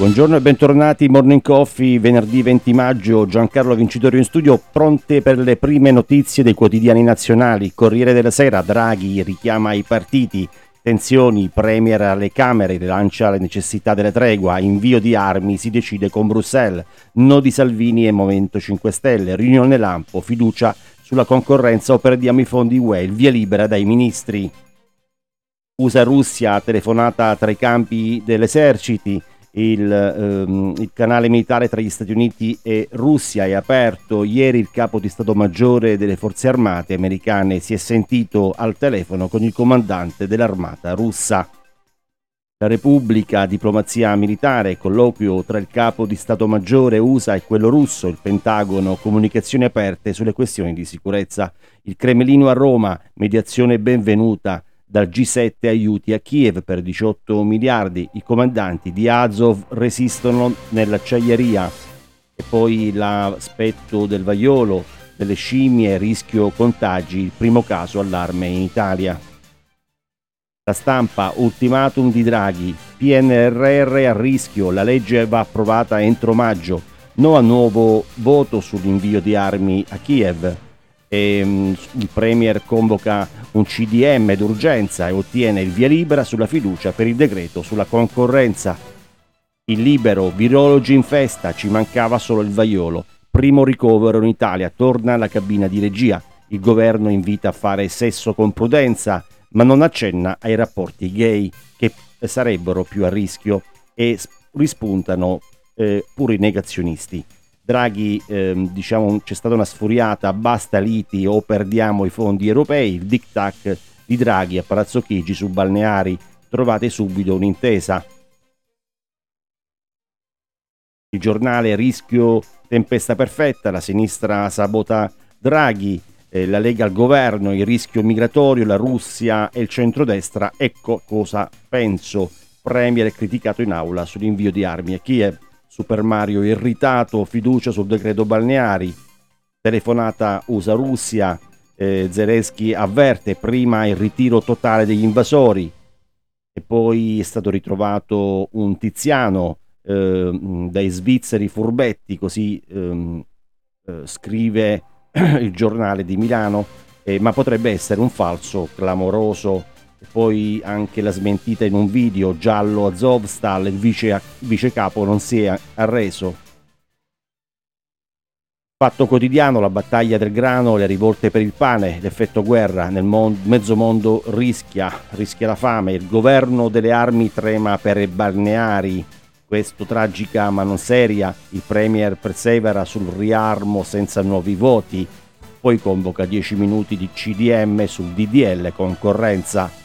Buongiorno e bentornati Morning Coffee, venerdì 20 maggio, Giancarlo Vincitorio in studio, pronte per le prime notizie dei quotidiani nazionali. Corriere della Sera, Draghi richiama i partiti, tensioni, Premier alle Camere, rilancia la necessità della tregua, invio di armi, si decide con Bruxelles, no di Salvini e Movimento 5 Stelle, riunione lampo, fiducia sulla concorrenza o perdiamo i fondi UE, il via libera dai ministri. USA-Russia, telefonata tra i campi dell'eserciti. Il canale militare tra gli Stati Uniti e Russia è aperto. Ieri il capo di Stato Maggiore delle Forze Armate americane si è sentito al telefono con il comandante dell'armata russa. La Repubblica, diplomazia militare, colloquio tra il capo di Stato Maggiore USA e quello russo, il Pentagono, comunicazioni aperte sulle questioni di sicurezza. Il Cremlino a Roma, mediazione benvenuta. Dal G7 aiuti a Kiev per 18 miliardi, i comandanti di Azov resistono nell'acciaieria. E poi l'aspetto del vaiolo, delle scimmie, rischio contagi, il primo caso allarme in Italia. La Stampa, ultimatum di Draghi, PNRR a rischio, la legge va approvata entro maggio, no a nuovo voto sull'invio di armi a Kiev. Il Premier convoca un CDM d'urgenza e ottiene il via libera sulla fiducia per il decreto sulla concorrenza. Il Libero, virologi in festa, ci mancava solo il vaiolo. Primo ricovero in Italia, torna alla cabina di regia. Il governo invita a fare sesso con prudenza, ma non accenna ai rapporti gay che sarebbero più a rischio e rispuntano pure i negazionisti. Draghi, c'è stata una sfuriata, basta liti o perdiamo i fondi europei, il diktat di Draghi a Palazzo Chigi su balneari, trovate subito un'intesa. Il Giornale, rischio tempesta perfetta, la sinistra sabota Draghi, la Lega al governo, il rischio migratorio, la Russia e il centrodestra, ecco cosa penso. Premier è criticato in aula sull'invio di armi a Kiev. Super Mario irritato, fiducia sul decreto balneari, telefonata USA-Russia, Zelensky avverte prima il ritiro totale degli invasori e poi è stato ritrovato un tiziano dai svizzeri furbetti, così scrive il Giornale di Milano, ma potrebbe essere un falso clamoroso. Poi anche la smentita in un video, giallo Azovstal, il vice capo non si è arreso. Fatto Quotidiano, la battaglia del grano, le rivolte per il pane, l'effetto guerra, nel mezzo mondo rischia la fame, il governo delle armi trema per i balneari, questo tragica ma non seria, il Premier persevera sul riarmo senza nuovi voti, poi convoca 10 minuti di CDM sul DDL concorrenza.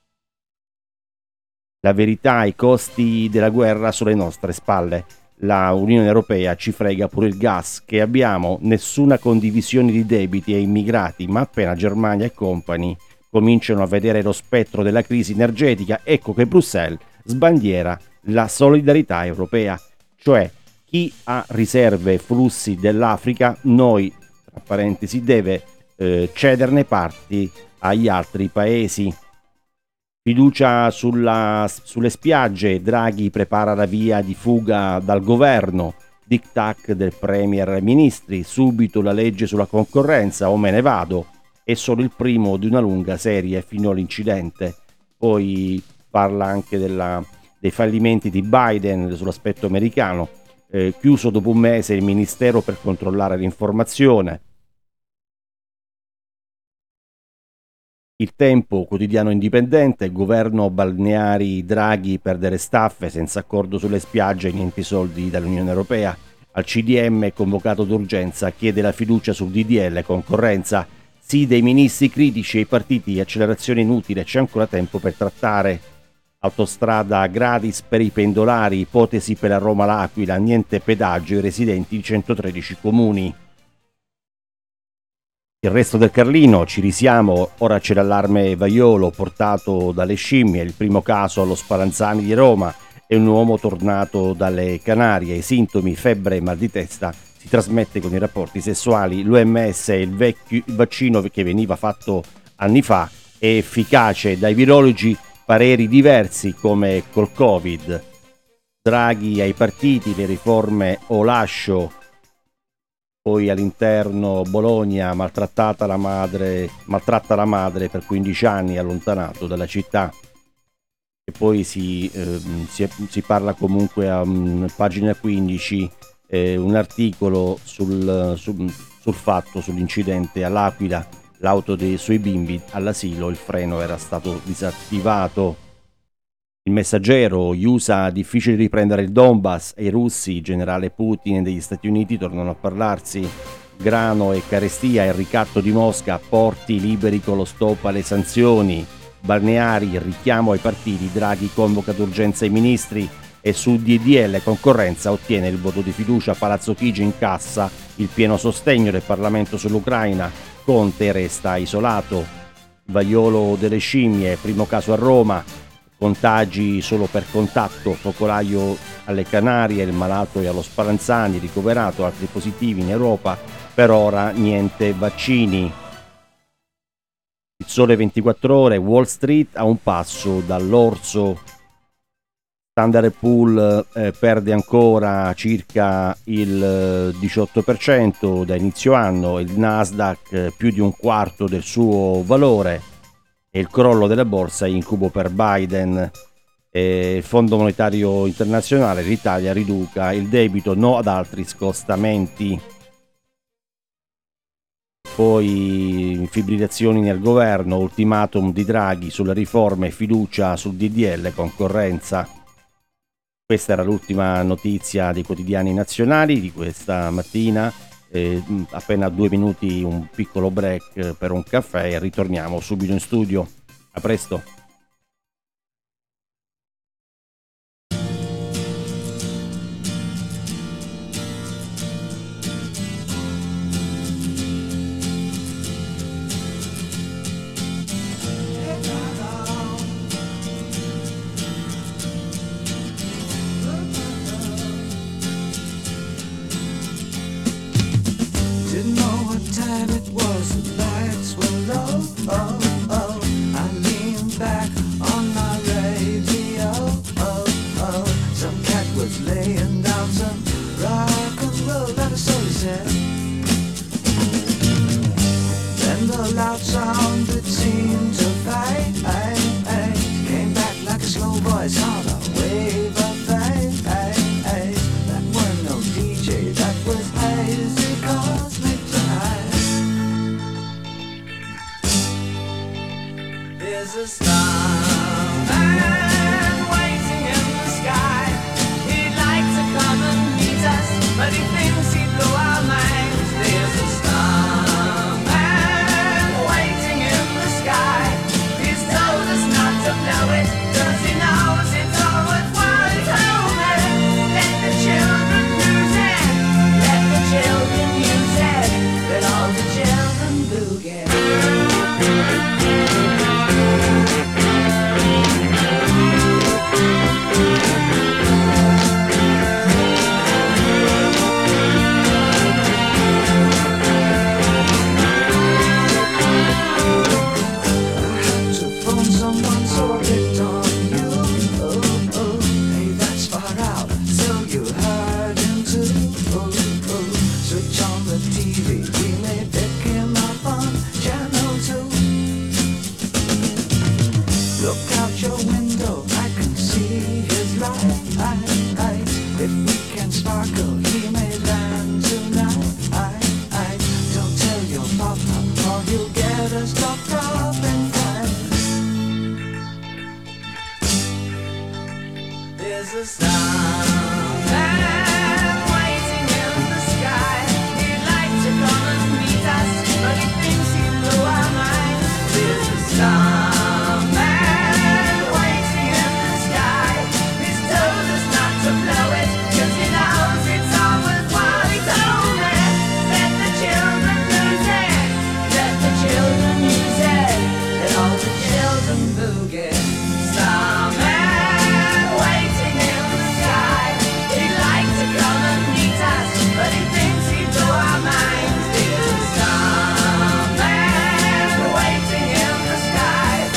La verità, i costi della guerra sulle nostre spalle. La Unione Europea ci frega pure il gas che abbiamo, nessuna condivisione di debiti ai immigrati, ma appena Germania e compagni cominciano a vedere lo spettro della crisi energetica, ecco che Bruxelles sbandiera la solidarietà europea, cioè chi ha riserve e flussi dell'Africa, noi, tra parentesi, deve cederne parti agli altri paesi. Fiducia sulle spiagge, Draghi prepara la via di fuga dal governo, diktat del Premier ai ministri, subito la legge sulla concorrenza o me ne vado, è solo il primo di una lunga serie fino all'incidente. Poi parla anche dei fallimenti di Biden sull'aspetto americano, chiuso dopo un mese il ministero per controllare l'informazione. Il Tempo, quotidiano indipendente, governo balneari Draghi perdere staffe senza accordo sulle spiagge e niente soldi dall'Unione Europea. Al CDM convocato d'urgenza chiede la fiducia sul DDL concorrenza. Sì dei ministri critici e i partiti, accelerazione inutile, c'è ancora tempo per trattare. Autostrada gratis per i pendolari, ipotesi per la Roma-L'Aquila, niente pedaggio ai residenti di 113 comuni. Il resto del Carlino, ci risiamo, ora c'è l'allarme vaiolo portato dalle scimmie, il primo caso allo Spallanzani di Roma e un uomo tornato dalle Canarie, i sintomi, febbre e mal di testa, si trasmette con i rapporti sessuali, l'OMS, il vaccino che veniva fatto anni fa, è efficace, dai virologi pareri diversi come col Covid. Draghi ai partiti, le riforme o lascio. Poi all'interno Bologna maltratta la madre per 15 anni, allontanato dalla città. E poi si parla comunque a pagina 15 un articolo sul fatto, sull'incidente all'Aquila, l'auto dei suoi bimbi all'asilo, il freno era stato disattivato. Il Messaggero, gli USA difficile riprendere il Donbass e i russi, il generale Putin degli Stati Uniti tornano a parlarsi. Grano e carestia, il ricatto di Mosca, porti liberi con lo stop alle sanzioni. Balneari, il richiamo ai partiti, Draghi convoca d'urgenza i ministri e su DDL concorrenza ottiene il voto di fiducia, Palazzo Chigi incassa il pieno sostegno del Parlamento sull'Ucraina, Conte resta isolato. Vaiolo delle scimmie, primo caso a Roma, contagi solo per contatto, focolaio alle Canarie, il malato è allo Spallanzani, ricoverato, altri positivi in Europa, per ora niente vaccini. Il Sole 24 Ore, Wall Street a un passo dall'orso. Standard & Poor's perde ancora circa il 18% da inizio anno, il Nasdaq più di un quarto del suo valore e il crollo della borsa incubo per Biden. Il Fondo Monetario Internazionale, l'Italia riduca il debito, no ad altri scostamenti. Poi fibrillazioni nel governo, ultimatum di Draghi sulle riforme, fiducia sul DDL, concorrenza. Questa era l'ultima notizia dei quotidiani nazionali di questa mattina. Appena 2 minuti, un piccolo break per un caffè e ritorniamo subito in studio. A presto. Didn't know what time it was, the lights were low. Oh, oh. I leaned back on my radio. Oh, oh. Some cat was laying down some rock and roll, that is all he said. Then the loud sound that seemed to fade came back like a slow voice on a wave of fate. That weren't no DJ, that was hazy cosmic time. There's a starman waiting in the sky. He'd like to come and meet us, but he thinks he'd blow our minds. There's a starman waiting in the sky. He's told us not to blow it, 'cause he knows it's all worthwhile. He told me, let the children lose it, let the children use it, let all the children boogie. To phone someone, so I picked on you. Oh, oh, hey, that's far out, so you heard him too. Oh, oh, switch on the TV, we may pick him up on channel 2. Look out your window, I can see his light. If we can sparkle, he may land tonight. Don't tell your papa, or he'll get us locked up in time. There's a starman waiting in the sky. He'd like to come and meet us, but he thinks he'll blow our minds. There's a starman waiting in the sky. He's told us not to blow it, 'cause he knows it's all worthwhile. He told me, let the children lose it, let the children use it, let all the children boogie. Starman waiting in the sky. He'd like to come and meet us, but he thinks he'd blow our minds. There's a starman waiting in the sky.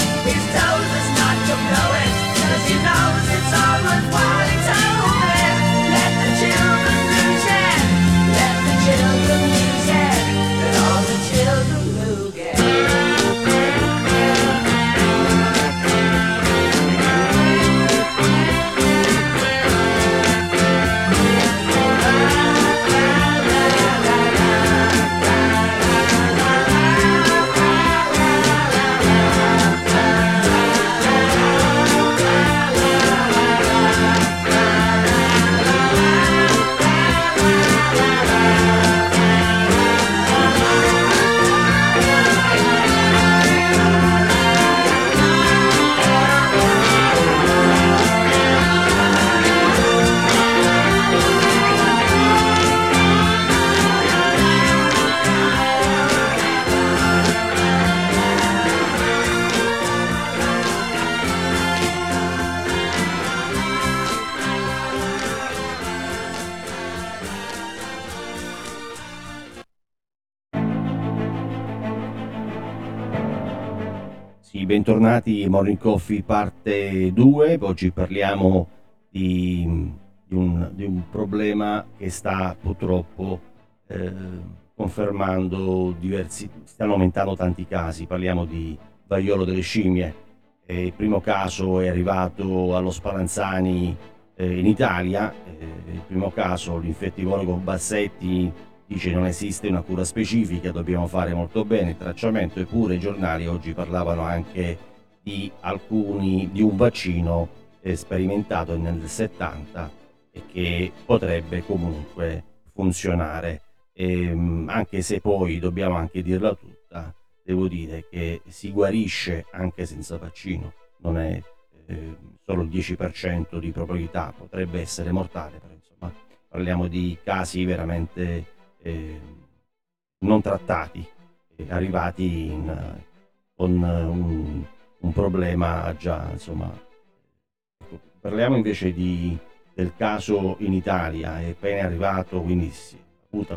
Sì, bentornati Morning Coffee parte 2. Oggi parliamo di un problema che sta purtroppo confermando stanno aumentando tanti casi. Parliamo di vaiolo delle scimmie. Il primo caso è arrivato allo Spallanzani in Italia. Il primo caso, l'infettivologo Bassetti dice non esiste una cura specifica, dobbiamo fare molto bene il tracciamento, eppure i giornali oggi parlavano anche di un vaccino sperimentato nel 70 e che potrebbe comunque funzionare. Anche se poi dobbiamo anche dirla tutta, devo dire che si guarisce anche senza vaccino, non è solo il 10% di probabilità, potrebbe essere mortale, però insomma parliamo di casi veramente non trattati, arrivati con un problema già, insomma. Parliamo invece del caso in Italia. È appena arrivato, quindi si è avuta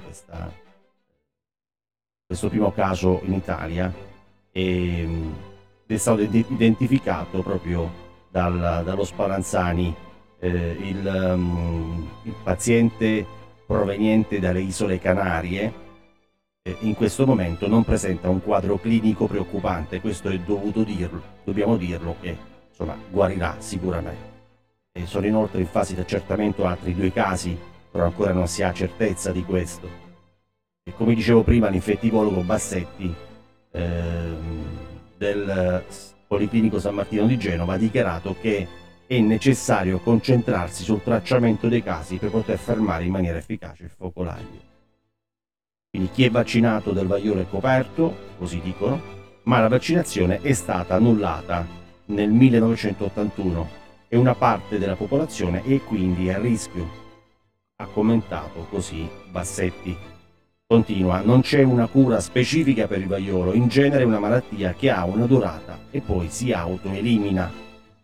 questo primo caso in Italia ed è stato identificato proprio dallo Spallanzani, il paziente proveniente dalle isole Canarie. In questo momento non presenta un quadro clinico preoccupante, questo dobbiamo dirlo, che insomma guarirà sicuramente. Sono inoltre in fase di accertamento altri 2 casi, però ancora non si ha certezza di questo. E come dicevo prima, l'infettivologo Bassetti del Policlinico San Martino di Genova ha dichiarato che è necessario concentrarsi sul tracciamento dei casi per poter fermare in maniera efficace il focolaio. Quindi chi è vaccinato del vaiolo è coperto, così dicono, ma la vaccinazione è stata annullata nel 1981 e una parte della popolazione è quindi a rischio, ha commentato così Bassetti. Continua, non c'è una cura specifica per il vaiolo, in genere è una malattia che ha una durata e poi si autoelimina.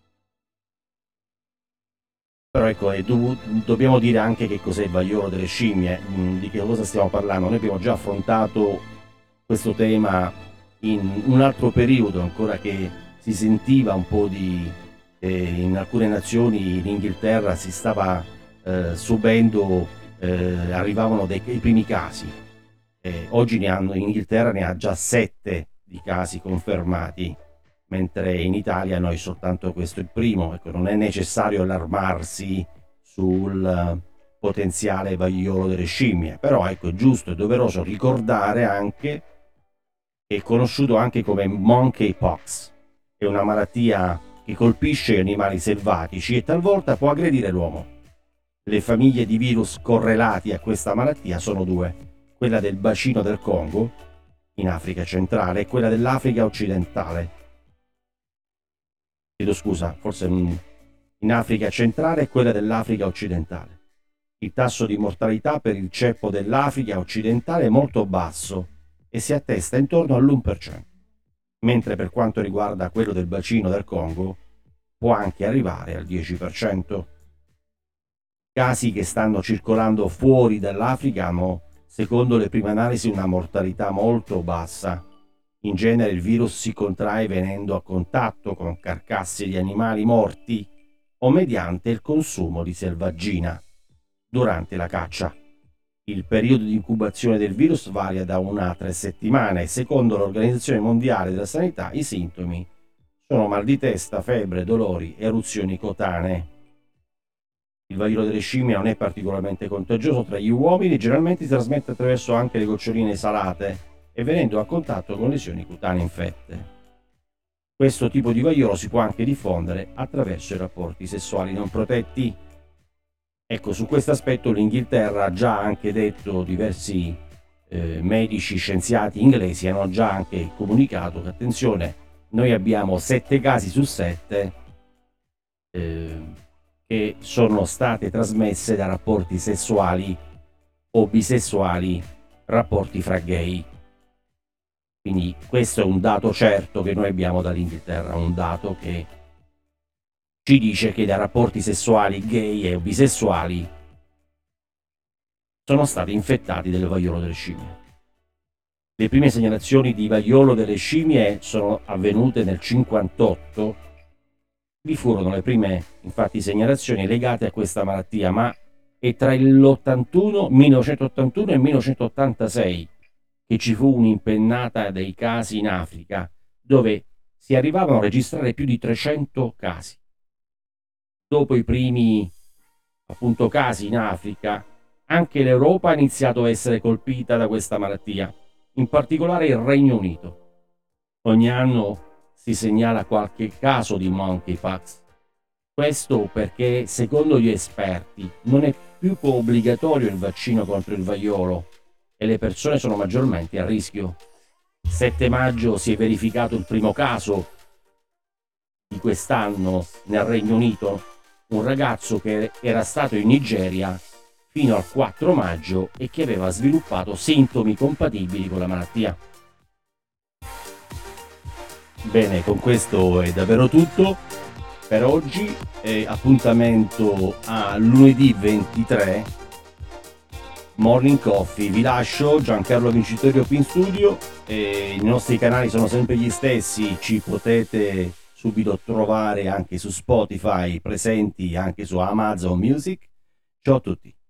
Però ecco, dobbiamo dire anche che cos'è il vaiolo delle scimmie, di che cosa stiamo parlando. Noi abbiamo già affrontato questo tema in un altro periodo, ancora che si sentiva un po' in alcune nazioni, in Inghilterra si stava subendo, arrivavano i primi casi. Oggi in Inghilterra ne ha già 7 di casi confermati, mentre in Italia noi soltanto questo è il primo. Ecco, non è necessario allarmarsi sul potenziale vaiolo delle scimmie, però ecco, è giusto e doveroso ricordare anche che è conosciuto anche come monkeypox, è una malattia che colpisce gli animali selvatici e talvolta può aggredire l'uomo. Le famiglie di virus correlati a questa malattia sono 2, quella del bacino del Congo in Africa centrale e quella dell'Africa occidentale. Forse in Africa centrale e quella dell'Africa occidentale. Il tasso di mortalità per il ceppo dell'Africa occidentale è molto basso e si attesta intorno all'1%, mentre per quanto riguarda quello del bacino del Congo può anche arrivare al 10%. Casi che stanno circolando fuori dall'Africa hanno, secondo le prime analisi, una mortalità molto bassa. In genere il virus si contrae venendo a contatto con carcasse di animali morti o mediante il consumo di selvaggina durante la caccia. Il periodo di incubazione del virus varia da 1 a 3 settimane e secondo l'Organizzazione Mondiale della Sanità i sintomi sono mal di testa, febbre, dolori, eruzioni cutanee. Il vaiolo delle scimmie non è particolarmente contagioso tra gli uomini, generalmente si trasmette attraverso anche le goccioline salate e venendo a contatto con lesioni cutanee infette. Questo tipo di vaiolo si può anche diffondere attraverso i rapporti sessuali non protetti. Ecco, su questo aspetto l'Inghilterra ha già anche detto, diversi medici, scienziati inglesi hanno già anche comunicato che attenzione, noi abbiamo 7 casi su 7 che sono state trasmesse da rapporti sessuali o bisessuali, rapporti fra gay. Quindi questo è un dato certo che noi abbiamo dall'Inghilterra, un dato che ci dice che da rapporti sessuali gay e bisessuali sono stati infettati del vaiolo delle scimmie. Le prime segnalazioni di vaiolo delle scimmie sono avvenute nel 58. Vi furono le prime, infatti, segnalazioni legate a questa malattia, ma è tra l'81, 1981 e 1986 che ci fu un'impennata dei casi in Africa, dove si arrivavano a registrare più di 300 casi. Dopo i primi, appunto, casi in Africa, anche l'Europa ha iniziato a essere colpita da questa malattia, in particolare il Regno Unito. Ogni anno si segnala qualche caso di monkeypox. Questo perché, secondo gli esperti, non è più obbligatorio il vaccino contro il vaiolo e le persone sono maggiormente a rischio. 7 maggio si è verificato il primo caso di quest'anno nel Regno Unito, un ragazzo che era stato in Nigeria fino al 4 maggio e che aveva sviluppato sintomi compatibili con la malattia. Bene, con questo è davvero tutto per oggi. Appuntamento a lunedì 23, Morning Coffee. Vi lascio Giancarlo Vincitorio qui in studio. I nostri canali sono sempre gli stessi, ci potete subito trovare anche su Spotify, presenti anche su Amazon Music. Ciao a tutti.